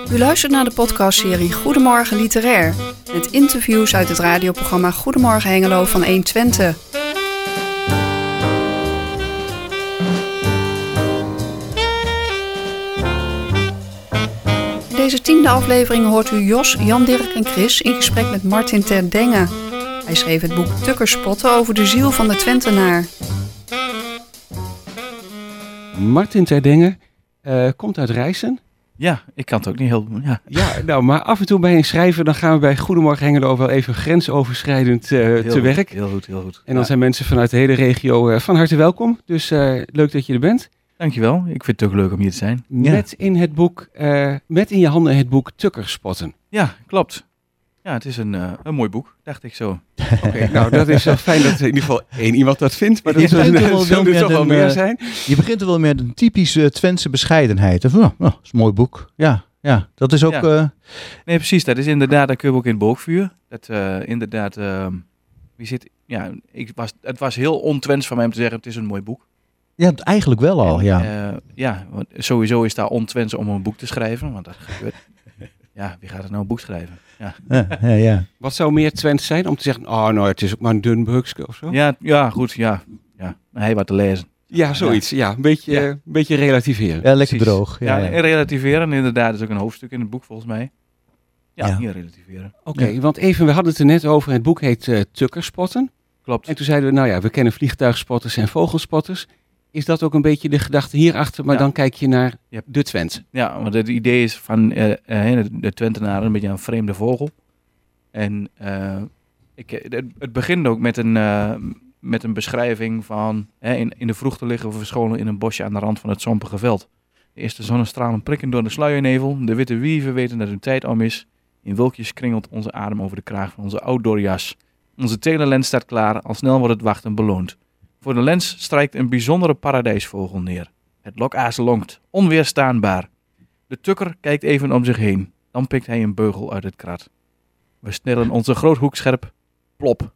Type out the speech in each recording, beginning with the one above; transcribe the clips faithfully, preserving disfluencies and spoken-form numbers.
U luistert naar de podcastserie Goedemorgen Literair, met interviews uit het radioprogramma Goedemorgen Hengelo van honderdtwintig. In deze tiende aflevering hoort u Jos, Jan, Dirk en Chris in gesprek met Martin ter Denge. Hij schreef het boek Tukkerspotten over de ziel van de Twentenaar. Martin ter Denge uh, komt uit Rijssen. Ja, ik kan het ook niet heel... Ja. ja, nou, maar af en toe bij een schrijver, dan gaan we bij Goedemorgen Hengelo wel even grensoverschrijdend uh, te goed, werk. Heel goed, heel goed. En dan ja. zijn mensen vanuit de hele regio uh, van harte welkom. Dus uh, leuk dat je er bent. Dankjewel, ik vind het ook leuk om hier te zijn. Met ja. in het boek, uh, met in je handen het boek Tukkerspotten. Ja, klopt. Ja, het is een, uh, een mooi boek, dacht ik zo. Oké, okay, nou dat is wel fijn dat in ieder geval één iemand dat vindt. Maar dat je zullen er wel wel, toch wel meer uh, zijn. Je begint er wel met een typische Twentse bescheidenheid. Of, oh, oh, dat is een mooi boek. Ja, ja dat is ook... Ja. Uh... Nee, precies. Dat is inderdaad, dat kun je ook in het boogvuur. Dat uh, inderdaad... Uh, wie zit, ja, ik was, het was heel on-Twents van mij om te zeggen, het is een mooi boek. Ja, eigenlijk wel al, en, ja. Uh, ja, want sowieso is daar on-Twents om een boek te schrijven, want dat gebeurt. Ja, wie gaat er nou een boek schrijven? Ja. Ja, ja, ja. Wat zou meer Twents zijn om te zeggen, oh nou, het is ook maar een dun brugske of zo? Ja, ja, goed, ja. ja. Hij wat te lezen. Ja, zoiets. Ja, ja een beetje, ja. Uh, een beetje relativeren. Ja, lekker Precies. droog. Ja, ja, ja. ja, relativeren. Inderdaad, is ook een hoofdstuk in het boek volgens mij. Ja, ja. hier relativeren. Oké, okay, ja. want even, we hadden het er net over. Het boek heet uh, Tukkerspotten. Klopt. En toen zeiden we, nou ja, we kennen vliegtuigspotters en vogelspotters. Is dat ook een beetje de gedachte hierachter, maar ja. dan kijk je naar ja. de Twents? Ja, want het idee is van uh, uh, de, de Twentenaar een beetje een vreemde vogel. En uh, ik, het, het begint ook met een, uh, met een beschrijving van... Hè, in, in de vroegte liggen we verscholen in een bosje aan de rand van het zompige veld. De eerste zonnestralen prikken door de sluiernevel. De witte wieven weten dat hun tijd om is. In wolkjes kringelt onze adem over de kraag van onze outdoorjas. Onze telelens staat klaar, al snel wordt het wachten beloond. Voor de lens strijkt een bijzondere paradijsvogel neer. Het lokaas lonkt, onweerstaanbaar. De tukker kijkt even om zich heen. Dan pikt hij een beugel uit het krat. We snellen onze groothoek scherp. Plop.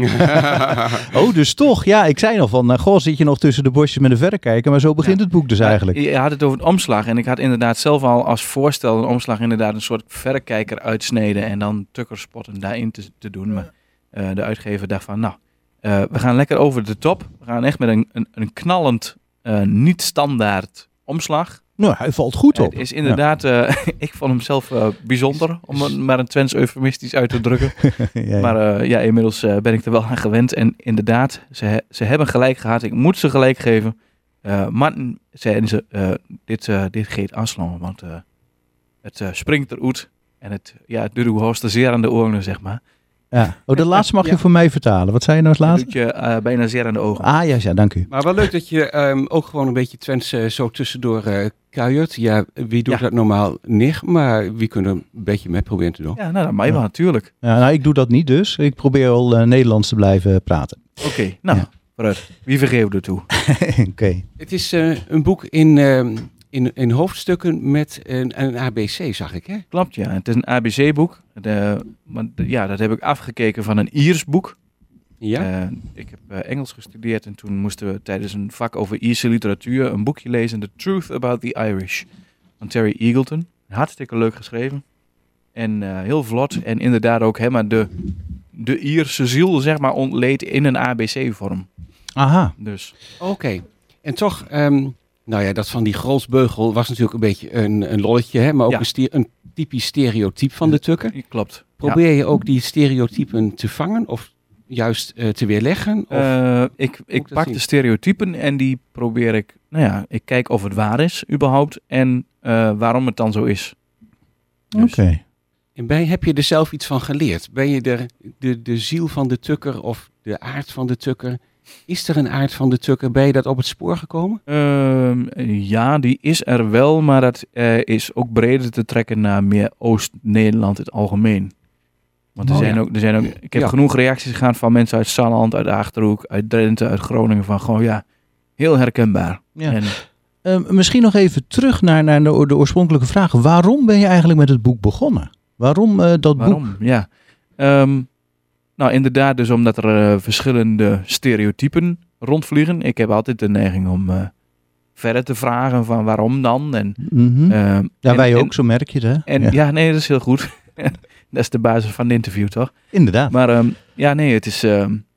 Oh, dus toch. Ja, ik zei nog van, uh, goh, zit je nog tussen de bosjes met een verrekijker, maar zo begint ja. het boek dus eigenlijk. Je had het over het omslag en ik had inderdaad zelf al als voorstel een omslag inderdaad een soort verrekijker uitsneden en dan tukkerspotten daarin te, te doen. Maar uh, de uitgever dacht van, nou, uh, we gaan lekker over de top. We gaan echt met een, een, een knallend, uh, niet standaard omslag. Nou, hij valt goed op. Het is inderdaad, ja. uh, ik vond hem zelf uh, bijzonder, om het maar een Twents eufemistisch uit te drukken. ja, ja. Maar uh, ja, inmiddels uh, ben ik er wel aan gewend. En inderdaad, ze, he- ze hebben gelijk gehad. Ik moet ze gelijk geven. Uh, maar zeiden ze, uh, dit, uh, dit geeft afslaan, want uh, het uh, springt eruit. En het, ja, het doet uw hoogste zeer aan de oren, zeg maar. Ja. Oh, de laatste mag je ja. voor mij vertalen. Wat zei je nou als laatste? Dat doet je uh, bijna zeer aan de ogen. Ah, ja, ja, dank u. Maar wel leuk dat je um, ook gewoon een beetje Twents uh, zo tussendoor uh, kuiert. Ja, wie doet ja. dat normaal niet, maar wie kunnen een beetje mee proberen te doen. Ja, nou, dat mij ja. wel natuurlijk. Ja, nou, ik doe dat niet dus. Ik probeer wel uh, Nederlands te blijven praten. Oké, okay, nou, ja. vooruit. Wie vergeven we ertoe? Oké. Okay. Het is uh, een boek in... Uh, In, in hoofdstukken met een, een A B C, zag ik, hè? Klopt, ja. Het is een A B C-boek. De, maar de, ja, dat heb ik afgekeken van een Iers boek. Ja? Uh, ik heb uh, Engels gestudeerd en toen moesten we tijdens een vak over Ierse literatuur een boekje lezen, The Truth About the Irish, van Terry Eagleton. Hartstikke leuk geschreven. En uh, heel vlot. En inderdaad ook helemaal de, de Ierse ziel, zeg maar, ontleed in een A B C-vorm. Aha. Dus. Oké. Okay. En toch... Um... Nou ja, dat van die Grolsbeugel was natuurlijk een beetje een, een lolletje, hè? Maar ook ja. een, ster- een typisch stereotype van de tukker. Klopt. Probeer ja. je ook die stereotypen te vangen of juist uh, te weerleggen? Of uh, ik ik pak zien? de stereotypen en die probeer ik, nou ja, ik kijk of het waar is überhaupt en uh, waarom het dan zo is. Dus. Oké. Okay. En ben, heb je er zelf iets van geleerd? Ben je er de, de ziel van de tukker of de aard van de tukker... Is er een aard van de tukker? Ben je dat op het spoor gekomen? Uh, ja, die is er wel, maar dat uh, is ook breder te trekken naar meer Oost-Nederland in het algemeen. Want er, oh, zijn, ja. ook, er zijn ook, ik heb ja. genoeg reacties gehad van mensen uit Salland, uit de Achterhoek, uit Drenthe, uit Groningen, van gewoon ja, heel herkenbaar. Ja. En, uh, misschien nog even terug naar, naar de, de oorspronkelijke vraag. Waarom ben je eigenlijk met het boek begonnen? Waarom uh, dat waarom? boek? Ja, um, nou inderdaad dus omdat er uh, verschillende stereotypen rondvliegen. Ik heb altijd de neiging om uh, verder te vragen van waarom dan. En, Mm-hmm. uh, ja, en, wij en, ook, zo merk je het, hè? En ja. ja, nee, dat is heel goed. Dat is de basis van het interview, toch? Inderdaad. Maar um, ja, nee, het is... Um,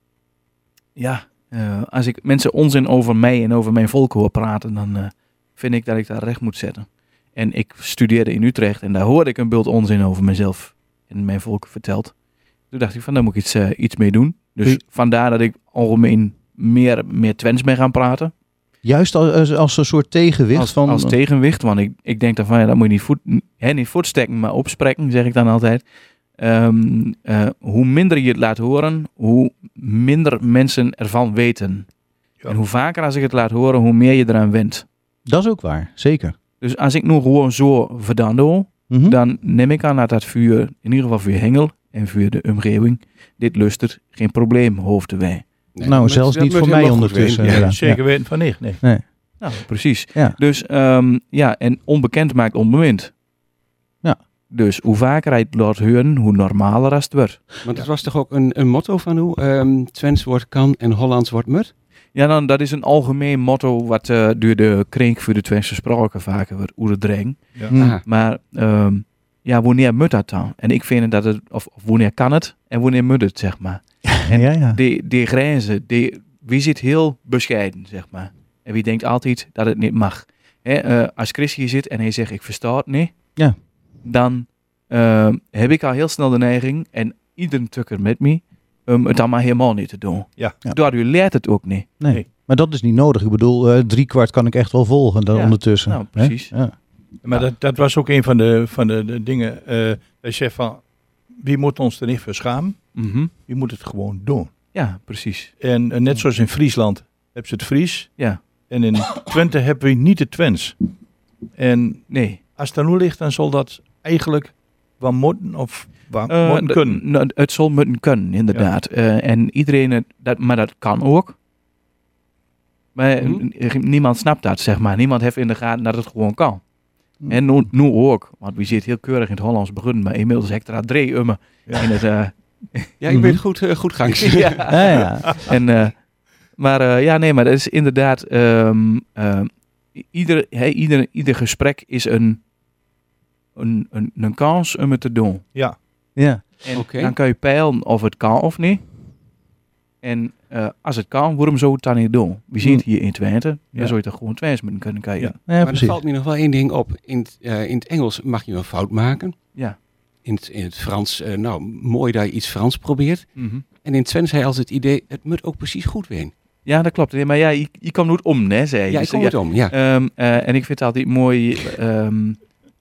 ja, uh, als ik mensen onzin over mij en over mijn volk hoor praten, dan uh, vind ik dat ik daar recht moet zetten. En ik studeerde in Utrecht en daar hoorde ik een bult onzin over mezelf en mijn volk verteld. Toen dacht ik van, daar moet ik iets, uh, iets mee doen. Dus U... vandaar dat ik algemeen meer, meer Twents ben gaan praten. Juist als, als een soort tegenwicht? Als, van... als tegenwicht, want ik, ik denk dan van, ja, dat moet je niet, voet, hè, niet voetstekken, maar opspreken, zeg ik dan altijd. Um, uh, hoe minder je het laat horen, hoe minder mensen ervan weten. Ja. En hoe vaker als ik het laat horen, hoe meer je eraan went. Dat is ook waar, zeker. Dus als ik nu gewoon zo verdando, mm-hmm. dan neem ik aan dat dat vuur, in ieder geval voor Hengel en voor de omgeving, dit lustert, geen probleem hoefden wij. Nee, nou, zelfs niet voor mij ondertussen. Ja, ja. Zeker weten van niet. Nee. nee. Nou, precies. Ja. Dus um, ja, en onbekend maakt onbemind. Ja. Dus hoe vaker hij het laat horen, hoe normaler het wordt. Want dat was toch ook een, een motto van hoe? Um, Twents wordt kan en Hollands wordt mut? Ja, dan, dat is een algemeen motto wat uh, door de kring voor de Twentse spraken vaker wordt oerdreng. Ja. Mm. Maar um, ja, wanneer moet dat dan? En ik vind dat het, of, of wanneer kan het en wanneer moet het, zeg maar. En ja, ja. Die, die grenzen, die, wie zit heel bescheiden, zeg maar. En wie denkt altijd dat het niet mag. Hè, uh, als Chris hier zit en hij zegt, ik versta het niet. Ja. Dan uh, heb ik al heel snel de neiging, en ieder tukker met me, om het allemaal helemaal niet te doen. Ja. Ja. Daardoor leert het ook niet. Nee. nee, maar dat is niet nodig. Ik bedoel, uh, drie kwart kan ik echt wel volgen dan ja. ondertussen. Nou, precies. Ja. Maar dat, dat was ook een van de, van de, de dingen. Uh, dat je zegt van, wie moet ons er niet voor schamen? Mm-hmm. Wie moet het gewoon doen? Ja, precies. En uh, net zoals in Friesland hebben ze het Fries. Ja. En in Twente hebben we niet het Twents. En nee. als het er nu ligt, dan zal dat eigenlijk wel moeten of wel Uh, moeten d- kunnen. n- het zal moeten kunnen, inderdaad. Ja. Uh, en iedereen, het, dat, maar dat kan ook. Maar Mm-hmm. n- niemand snapt dat, zeg maar. Niemand heeft in de gaten dat het gewoon kan. Mm. En nu, nu ook, want we zitten heel keurig in het Hollands begonnen, maar inmiddels heb ik er al drie ummen Ja. in het... Uh, Ja, ik ben goed, uh, goed gangs. ja. Ja, ja. En, uh, maar uh, ja, nee, maar dat is inderdaad... Um, uh, ieder, hey, ieder, ieder gesprek is een, een, een, een kans om het te doen. Ja. Ja. En Okay. dan kan je peilen of het kan of niet. En uh, als het kan, waarom zou het dan niet doen? We zien het hier in Twente. Dan Ja. zou je toch gewoon Twents moeten kunnen kijken. Ja. Ja, Maar er precies. valt me nog wel één ding op. In het, uh, in het Engels mag je een fout maken. Ja. In het, in het Frans, uh, nou, mooi dat je iets Frans probeert. Mm-hmm. En in het Twents hij als het idee, het moet ook precies goed zijn. Ja, dat klopt. Nee, maar ja, je, je komt nooit om, hè, zei je. Ja, ik Dus, kom het om, ja. Um, uh, en ik vind het altijd mooi. Um,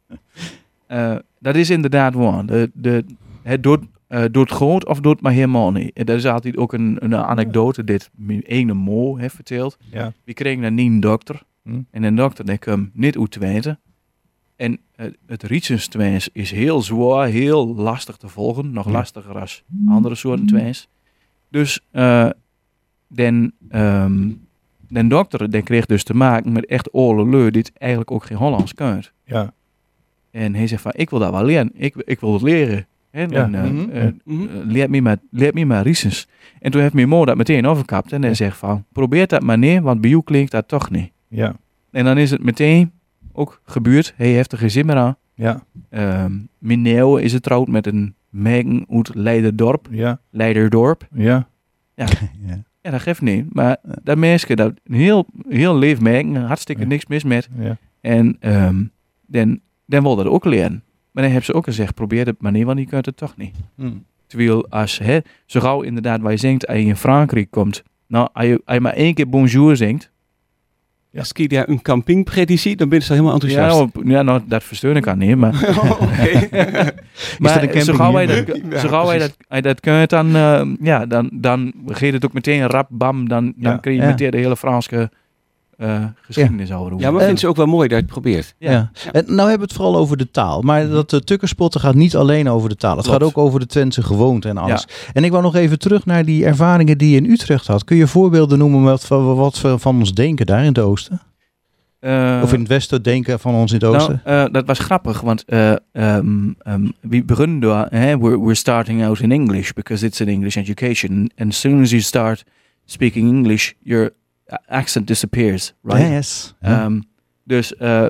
uh, dat is inderdaad waar. De, de, het doet, uh, doet groot of doet maar helemaal niet. En dat is altijd ook een, een anekdote. Dit mijn ene mo heeft verteld. Ja. We kregen een nieuwe dokter. Hm. En een dokter die kwam niet uit Twente. En uh, het Rietsens is heel zwaar, heel lastig te volgen. Nog Ja. lastiger als andere soorten Twents. Dus uh, den, um, den dokter die kreeg dus te maken met echt oorlog leur die het eigenlijk ook geen Hollands kunt. Ja. En hij zegt van, ik wil dat wel leren. Ik, ik wil het leren. En, Ja. en, uh, Mhm. uh, Mhm. uh, leer me maar, leer me maar Rietsens. En toen heeft mijn moeder dat meteen overkapt. En hij zegt van, probeer dat maar niet, want bij jou klinkt dat toch niet. Ja. En dan is het meteen ook gebeurd. Hij heeft er geen zin meer aan. Ja. Um, mijn neeuw is getrouwd met een meiden uit Leiderdorp. Ja. Leiderdorp. Ja. Ja. Ja, dat geeft niet. Maar dat mensen, dat een heel, heel leef meiden, hartstikke Ja. niks mis met. Ja. En um, dan, dan wil dat ook leren. Maar dan hebben ze ook gezegd, probeer het maar niet, want die kunt het toch niet. Hm. Terwijl als, hè, zo gauw inderdaad, waar je zingt, als je in Frankrijk komt. Nou, als je, als je maar één keer bonjour zingt. Ja. Als ik daar een camping predicie, dan ben je helemaal Ja, enthousiast. op, ja nou, dat versteun ik aan niet, maar... Oh, oké. Maar een zo camping gauw hij hier? dat, Ja, zo gauw hij dat, precies. hij dat kunt, dan, uh, ja, dan, dan geeft het ook meteen rap, bam, dan, dan Ja. kun je Ja. meteen de hele Franse uh, geschiedenis over doen. Ja, maar En- vind ze ook wel mooi dat je het probeert. Ja. Ja. En nou hebben we het vooral over de taal. Maar dat uh, tukkerspotten gaat niet alleen over de taal. Het Klopt. gaat ook over de Twentse gewoonte en alles. En ik wou nog even terug naar die ervaringen die je in Utrecht had. Kun je voorbeelden noemen wat, wat, wat we van ons denken daar in het oosten? Uh, Of in het westen denken van ons in het nou, oosten? uh, dat was grappig, want uh, um, um, we beginnen door, hè, we're, we're starting out in English because it's an English education. And as soon as you start speaking English, you're accent disappears, right? Yes. Ja. Um, dus, uh,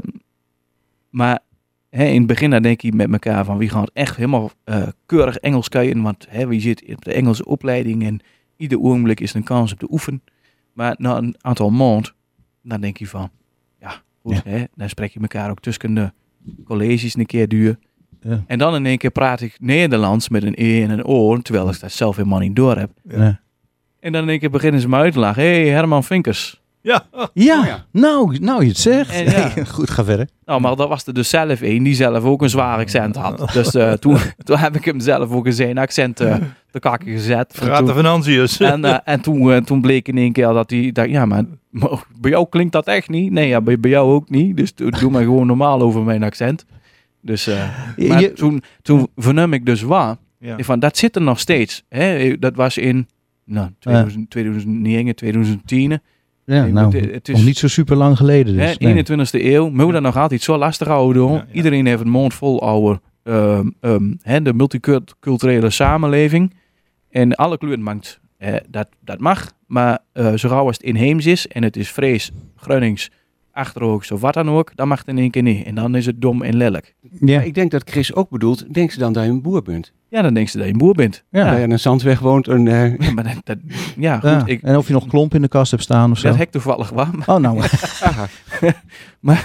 maar hè, in het begin dan denk je met elkaar van wie gaat echt helemaal uh, keurig Engels kijken, want hè, wie zit op de Engelse opleiding en ieder ogenblik is een kans op te oefenen. Maar na een aantal maanden, dan denk je van, ja, goed, Ja. Hè, dan spreek je elkaar ook tussen de colleges een keer duur. Ja. En dan in één keer praat ik Nederlands met een E en een O, terwijl ik dat zelf helemaal niet door heb. Ja. En dan in één keer beginnen ze me uit te lachen. Hé, hey, Herman Vinkers. Ja. Ja, Oh ja. Nou, nou je het zegt. En ja. Goed, ga verder. Nou, maar dat was er dus zelf een die zelf ook een zwaar accent had. Dus uh, toen, toen heb ik hem zelf ook in zijn accent uh, te kakken gezet. En Gaat de toen, financiën. en, uh, en toen, uh, toen bleek in één keer dat hij dacht, ja, maar, maar bij jou klinkt dat echt niet. Nee, ja, bij, bij jou ook niet. Dus do- doe maar gewoon normaal over mijn accent. Dus, uh, maar Je- toen, toen vernam ik dus waar. Ja. Van, dat zit er nog steeds. Hè? Dat was in nou, tweeduizend, tweeduizend negen, tweeduizend tien. Ja, Nee, nou, het- het is- nog niet zo super lang geleden dus. Hè, Nee. eenentwintigste eeuw, moet dat nog altijd zo lastig houden. Hoor. Ja, ja. Iedereen heeft een mond vol over um, um, hè, de multiculturele samenleving. En alle kleuren maakt, hè, dat, dat mag. Maar uh, zo gauw als het inheems is en het is Fries, Grunnings, Achterhoogs of wat dan ook, dan mag het in één keer niet. En dan is het dom en lelijk. Ja. Maar ik denk dat Chris ook bedoelt, denk ze dan dat je een boer bent? Ja, dan denken ze dat je een boer bent. Ja. Dat je aan een zandweg woont en... eh, Ja, maar dat, dat, ja, goed. Ja. Ik, En of je nog klomp in de kast hebt staan of zo. dat hek toevallig waar. Maar, Oh, nou. aha. Maar-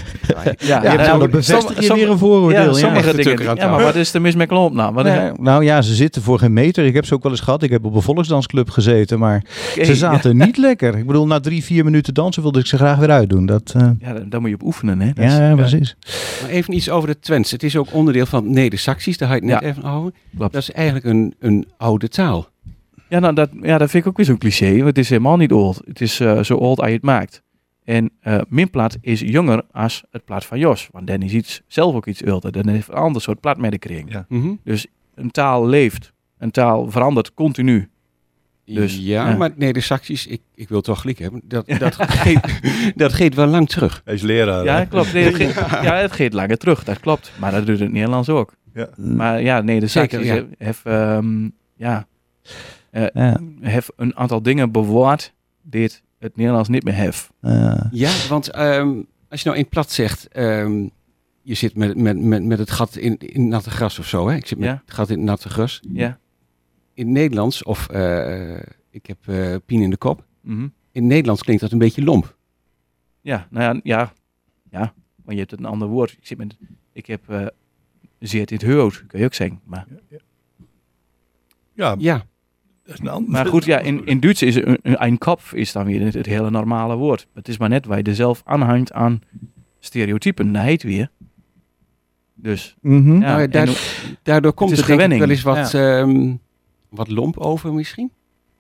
Ja, ja, nou, nou, dat bevestig som- je som- weer een vooroordeel. Ja, Ja, sommige Echte dingen. tukker aan Ja, maar tafel. wat is er mis met klomp nou? Wat is- Nee, nou ja, ze zitten voor geen meter. Ik heb ze ook wel eens gehad. Ik heb op een volksdansclub gezeten, maar Oké, ze zaten niet lekker. Ik bedoel, na drie, vier minuten dansen wilde ik ze graag weer uitdoen. Dat, eh, Ja, ja, daar moet je op oefenen, hè? Dat is- ja, ja, precies. Maar even iets over de Twents. Het is ook onderdeel van Neder-Saxisch, daar had je het net Ja. even over. Klopt. Dat is eigenlijk een, een oude taal. Ja, nou, dat, ja, dat vind ik ook weer zo'n cliché. Want het is helemaal niet oud. Het is uh, zo oud als je het maakt. En uh, mijn plaat is jonger als het plaat van Jos. Want dan is iets, zelf ook iets ouder. Dan heeft een ander soort plaat mee gekregen. Ja. Mhm. Dus een taal leeft. Een taal verandert continu. Dus, ja, ja. maar Neder-Saxisch, ik, ik wil toch gelijk hebben, dat, dat, geeft, dat geeft wel lang terug. Hij is leraar. Ja, hè? klopt. Nee, het, geeft, ja, het geeft langer terug. Dat klopt. Maar dat doet het Nederlands ook. Ja. Maar ja, nee, de Zeker, Saxisch ja. heeft um, ja, uh, Ja. heeft een aantal dingen bewaard die het, het Nederlands niet meer heeft. Eh, Ja, want ehm, als je nou in plat zegt, ehm, je zit met, met, met, met het gat in, in natte gras of zo, hè? Ik zit met Ja. het gat in het natte gras. Ja. In het Nederlands, of eh, ik heb eh, pien in de kop. Mhm. In het Nederlands klinkt dat een beetje lomp. Ja, nou ja, ja, ja, maar je hebt een ander woord. Ik, zit met, ik heb uh, zeer in het hoofd, kun je ook zeggen. Maar, Ja, Ja, dat is een ander. maar goed, ja, in, in Duits is een, een kop is dan weer het, het hele normale woord. Het is maar net waar je er zelf aanhangt aan stereotypen. Dat heet weer. Dus, mhm. ja, nou, ja, en daardoor, daardoor komt is er denk ik gewenning. wel eens wat, ehm, wat lomp over misschien.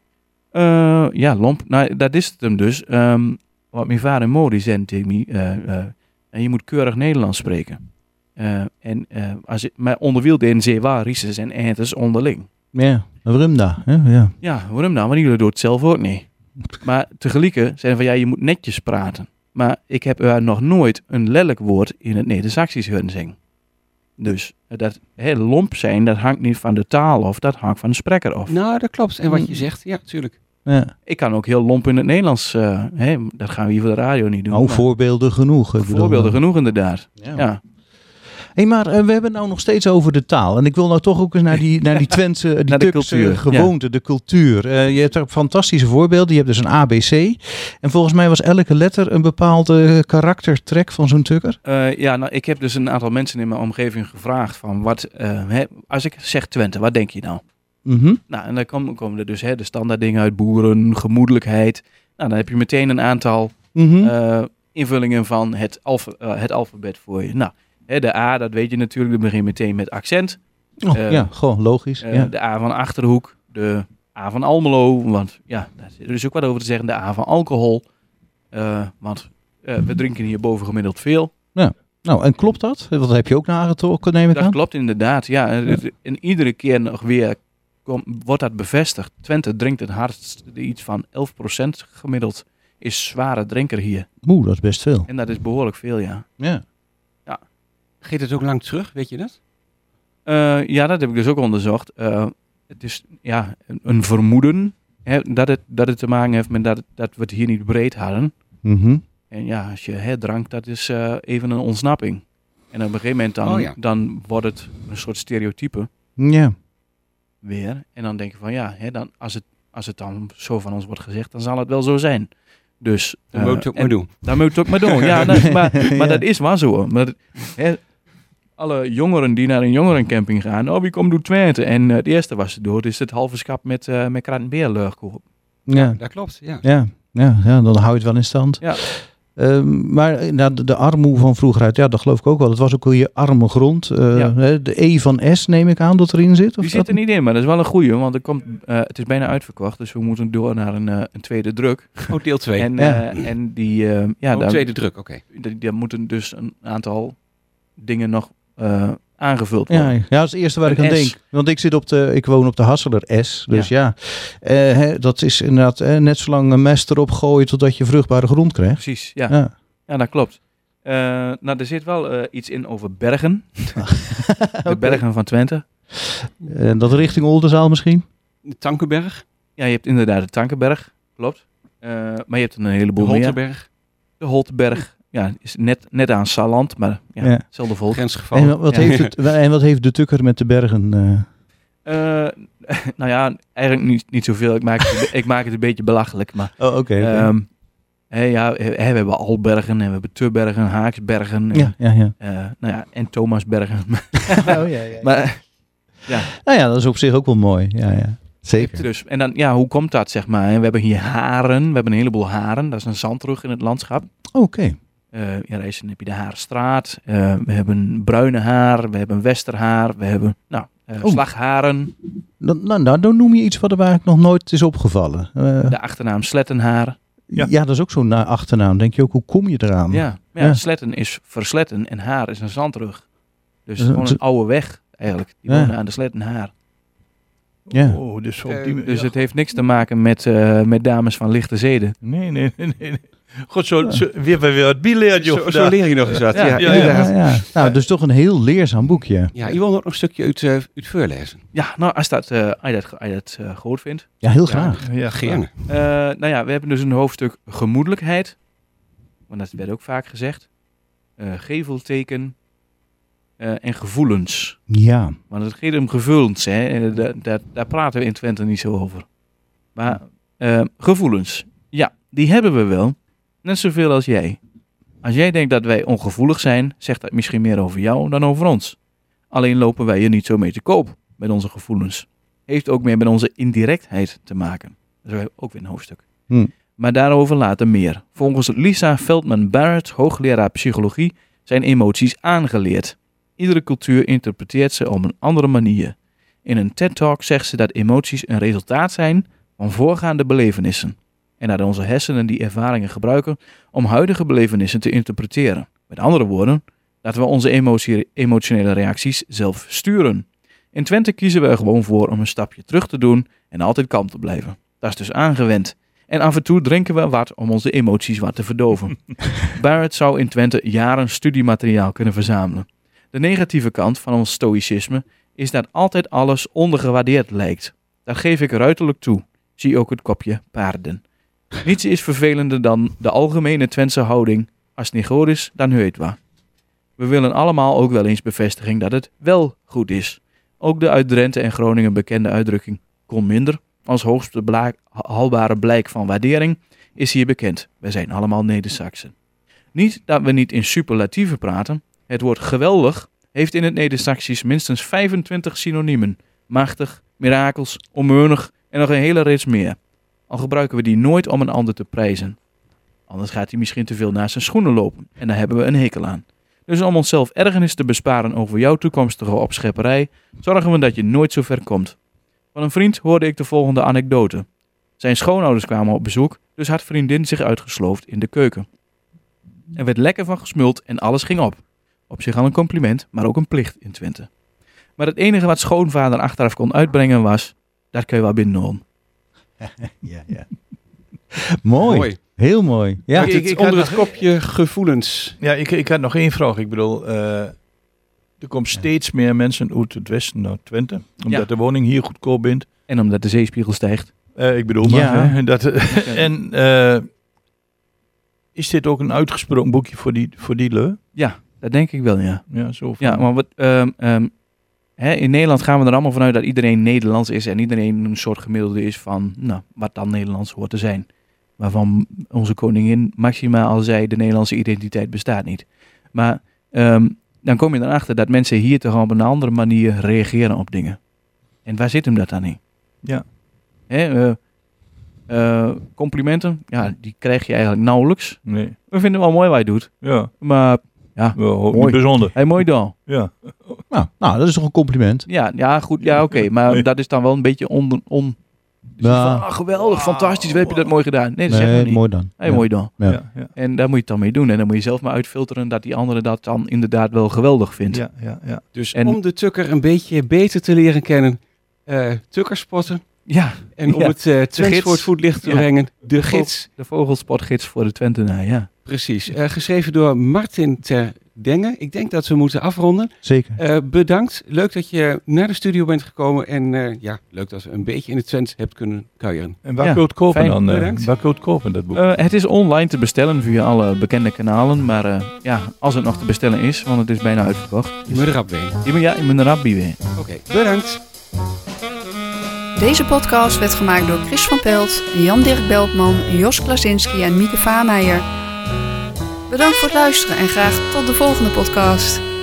Uh, ja, lomp. Nou, dat is het hem dus. Um, wat mijn vader Mori zei tegen mij. Uh, uh, en je moet keurig Nederlands spreken. Uh, en uh, als je, maar onderwiel in zeer waar, Rieses en Eintjes onderling. Ja, waarom dat? Ja, ja. Ja, waarom nou? Want jullie doen het zelf ook niet. Maar tegelijk zijn van ja, je moet netjes praten. Maar ik heb uh, nog nooit een lelijk woord in het Neder-Saxisch horen zingen. Dus uh, dat hè, lomp zijn, dat hangt niet van de taal of dat hangt van de spreker af. Nou, dat klopt. En wat je Mm. zegt, ja, natuurlijk. Ja. Ik kan ook heel lomp in het Nederlands. Uh, hè, dat gaan we hier voor de radio niet doen. Nou, maar voorbeelden genoeg. Ik bedoel, voorbeelden eh, genoeg inderdaad. Ja. Ja. Hé, maar uh, we hebben het nou nog steeds over de taal. En ik wil nou toch ook eens naar die, naar die Twentse, die Naar de Turkse cultuur, gewoonte, de cultuur. Uh, je hebt er fantastische voorbeelden. Je hebt dus een A B C. En volgens mij was elke letter een bepaalde karaktertrek van zo'n tukker. Uh, ja, nou, ik heb dus een aantal mensen in mijn omgeving gevraagd van wat, uh, hè, als ik zeg Twente, wat denk je nou? Mhm. Nou, en dan komen, komen er dus hè, de standaard dingen uit boeren, gemoedelijkheid. Nou, dan heb je meteen een aantal Mhm. uh, invullingen van het, alfa, uh, het alfabet voor je. Nou, hè, de A, dat weet je natuurlijk, dat begint meteen met accent. Oh, uh, ja, gewoon logisch. Uh, ja. De A van Achterhoek, de A van Almelo, want ja, daar is dus ook wat over te zeggen. De A van alcohol, uh, want uh, we drinken hier bovengemiddeld veel. Nou, en klopt dat? Dat heb je ook nagetrokken, neem ik Dat aan? klopt inderdaad, ja. En, en iedere keer nog weer kom, wordt dat bevestigd. Twente drinkt het hardst, iets van elf procent gemiddeld is zware drinker hier. Oeh, dat is best veel. En dat is behoorlijk veel, ja. Ja. Geeft het ook lang terug, weet je dat? Uh, ja, dat heb ik dus ook onderzocht. Uh, het is ja, een, een vermoeden. hè, dat, het, dat het te maken heeft met dat, dat we het hier niet breed hadden. Mhm. En ja, als je hè, drank, dat is uh, even een ontsnapping. En op een gegeven moment dan, Oh, ja. dan wordt het een soort stereotype Ja. weer. En dan denk je van ja, hè, dan, als, het, als het dan zo van ons wordt gezegd, dan zal het wel zo zijn. Dus, Dat uh, moet je het ook en- maar doen. Dat moet je het ook maar doen. Ja, nee, maar, maar Ja. dat is wel zo. Maar, hè, alle jongeren die naar een jongerencamping gaan, oh, wie komt door Twente? En uh, het eerste was ze door, is het halve schap met, uh, met krantenbeerleug. Ja. Dat klopt, ja. Ja. Ja, ja, dan hou je het wel in stand. Ja. Ehm, maar nou, de, de armoe van vroeger uit, ja, dat geloof ik ook wel. Het was ook wel je arme grond. Uh, Ja. hè, de E van S neem ik aan dat erin zit. Of Die zit er niet in, maar dat is wel een goeie, want er komt, uh, het is bijna uitverkocht, dus we moeten door naar een, uh, een tweede druk. Oh, deel twee. En, Ja. uh, en die, uh, ja, oh, daar, tweede druk, oké. die- daar moeten dus een aantal dingen nog uh, aangevuld worden. Ja, ja, dat is het eerste waar ik Een aan S. denk. Want ik zit op de, ik woon op de Hasseler S. Dus ja, Eh, hè, dat is inderdaad eh, net zo lang een mest erop gooien totdat je vruchtbare grond krijgt. Precies, ja. Ja. Ja, dat klopt. Uh, nou, er zit wel uh, iets in over bergen. De Oké. bergen van Twente. En dat richting Oldenzaal misschien? De Tankenberg, Ja, je hebt inderdaad de Tankenberg, klopt. Uh, maar je hebt een de heleboel meer. Holterberg, De Holteberg, ja, is net, net aan Salland, maar ja, Ja. hetzelfde volk. grensgeval. En wat, Ja. heeft het, en wat heeft de tukker met de bergen? eh? Uh, nou ja, eigenlijk niet, niet zoveel. Ik maak, het, ik maak het een beetje belachelijk, maar... Oh, oké. oké. Ehm, Hé, ja, hé, we hebben Albergen en we hebben Tubbergen, Haaksbergen. En, ja, ja, ja. uh, nou ja, en Thomasbergen. Oh, ja, ja. maar ja, Nou ja, dat is op zich ook wel mooi. Ja, ja. Zeker. dus. En dan, ja, hoe komt dat, zeg maar? En we hebben hier haren. We hebben een heleboel haren. Dat is een zandrug in het landschap. Oké. Uh, ja, dan heb je de Harenstraat. Uh, we hebben bruine haar. We hebben westerhaar. We hebben, nou, uh, Oh. slagharen. Dan, nou, nou, dan noem je iets wat er eigenlijk nog nooit is opgevallen. Uh, De achternaam Slettenhaar. ja. Ja. dat is ook zo'n na- achternaam. Denk je ook, hoe kom je eraan? Ja, ja, Ja. Sletten is versletten en haar is een zandrug. Dus Uh, gewoon t- een oude weg eigenlijk. Die Ja. wonen aan de Slettenhaar. Ja. Oh, dus op Eh, die Dus ja. het heeft niks te maken met, uh, met dames van lichte zeden. Nee, nee, nee, nee. nee. God, zo, zo weer weer wat bieleerd, joh. Zo, zo leer je nog eens wat. Ja, Ja, ja, Ja, inderdaad. ja, ja. Nou, dus toch een heel leerzaam boekje. Ja, je wil nog een stukje uit, uh, uit voorlezen. Ja, nou, als, dat, uh, als je dat, als je dat uh, goed vindt. Ja, heel graag. Ja, Gerne. Uh, nou ja, we hebben dus een hoofdstuk gemoedelijkheid. Want dat werd ook vaak gezegd. Uh, gevelteken. Uh, en gevoelens. Ja. Want het gaat om gevoelens, hè. En da- da- daar praten we in Twente niet zo over. Maar uh, gevoelens, ja, die hebben we wel. Net zoveel als jij. Als jij denkt dat wij ongevoelig zijn, zegt dat misschien meer over jou dan over ons. Alleen lopen wij er niet zo mee te koop met onze gevoelens. Heeft ook meer met onze indirectheid te maken. Dat is ook weer een hoofdstuk. Hm. Maar daarover later meer. Volgens Lisa Feldman-Barrett, hoogleraar psychologie, zijn emoties aangeleerd. Iedere cultuur interpreteert ze op een andere manier. In een TED-talk zegt ze dat emoties een resultaat zijn van voorgaande belevenissen. En dat onze hersenen die ervaringen gebruiken om huidige belevenissen te interpreteren. Met andere woorden, dat we onze emotie- emotionele reacties zelf sturen. In Twente kiezen we er gewoon voor om een stapje terug te doen en altijd kalm te blijven. Dat is dus aangewend. En af en toe drinken we wat om onze emoties wat te verdoven. Barrett zou in Twente jaren studiemateriaal kunnen verzamelen. De negatieve kant van ons stoïcisme is dat altijd alles ondergewaardeerd lijkt. Dat geef ik ruiterlijk toe. Zie ook het kopje paarden. Niets is vervelender dan de algemene Twentse houding. Als het niet goed is, dan heet het wat. We willen allemaal ook wel eens bevestiging dat het wel goed is. Ook de uit Drenthe en Groningen bekende uitdrukking kon minder, als hoogste bla- haalbare blijk van waardering, is hier bekend. Wij zijn allemaal Neder-Saxen. Niet dat we niet in superlatieven praten. Het woord geweldig heeft in het Neder-Saxisch minstens vijfentwintig synoniemen. Machtig, mirakels, onmeunig en nog een hele reeks meer. Al gebruiken we die nooit om een ander te prijzen. Anders gaat hij misschien te veel naar zijn schoenen lopen en daar hebben we een hekel aan. Dus om onszelf ergernis te besparen over jouw toekomstige opschepperij, zorgen we dat je nooit zo ver komt. Van een vriend hoorde ik de volgende anekdote. Zijn schoonouders kwamen op bezoek, dus had vriendin zich uitgesloofd in de keuken. Er werd lekker van gesmuld en alles ging op. Op zich al een compliment, maar ook een plicht in Twente. Maar het enige wat schoonvader achteraf kon uitbrengen was, dat kun je wel binnenholen. Ja, ja. Mooi. Mooi. Heel mooi. Ja. Ik, ik- ik, ik onder had het nog- kopje gevoelens. Ja, ik, ik had nog één vraag. Ik bedoel, eh, er komen steeds meer mensen uit het westen naar Twente. Omdat Ja. de woning hier goedkoop bent. En omdat de zeespiegel stijgt. Uh, ik bedoel maar. Ja. Hè, dat, en uh, is dit ook een uitgesproken boekje voor die, voor die leu? Ja, dat denk ik wel, ja. Ja, zo van. Ja, maar wat, um, um, hè, in Nederland gaan we er allemaal vanuit dat iedereen Nederlands is en iedereen een soort gemiddelde is van, nou, wat dan Nederlands hoort te zijn. Waarvan onze koningin Maxima al zei, de Nederlandse identiteit bestaat niet. Maar um, dan kom je erachter dat mensen hier toch op een andere manier reageren op dingen. En waar zit hem dat dan in? Ja. Hè, uh, uh, complimenten, ja, die krijg je eigenlijk nauwelijks. Nee. We vinden het wel mooi wat hij doet. Ja. Maar ja, Wel, mooi. niet bijzonder. Hij mooi dan. Ja. Nou, nou, dat is toch een compliment. Ja, ja, goed, ja, oké. Okay, maar Nee. dat is dan wel een beetje on... on dus Ja. van, ah, geweldig, fantastisch, wat heb je dat mooi gedaan. Nee, dat Nee, zeggen we niet. mooi dan. Hey, Ja. mooi dan. Ja. Ja. Ja. En daar moet je het dan mee doen. En dan moet je zelf maar uitfilteren dat die andere dat dan inderdaad wel geweldig vindt. Ja. Ja. Ja. Dus En- om de tukker een beetje beter te leren kennen, uh, tukkerspotten. Ja, En om Ja. het uh, Twents gids. voor het voetlicht te Ja. brengen, de gids. de vogelspotgids voor de Twentenaar, ja. Precies. Uh, geschreven door Martin ter Denge. Ik denk dat we moeten afronden. Zeker. Uh, bedankt. Leuk dat je naar de studio bent gekomen. En uh, ja, leuk dat we een beetje in het Twents hebt kunnen kuieren. En waar Ja, kun je het kopen fijn. dan? Uh, Bedankt. waar kun je het kopen, dat boek? Uh, het is online te bestellen via alle bekende kanalen. Maar uh, ja, als het nog te bestellen is, want het is bijna uitverkocht. Je moet erop ween. Ja, maar ja, ik ben er rap bij weer. Oké, okay, bedankt. Deze podcast werd gemaakt door Chris van Pelt, Jan-Dirk Beltman, Jos Klasinski en Mieke Vaameijer. Bedankt voor het luisteren en graag tot de volgende podcast.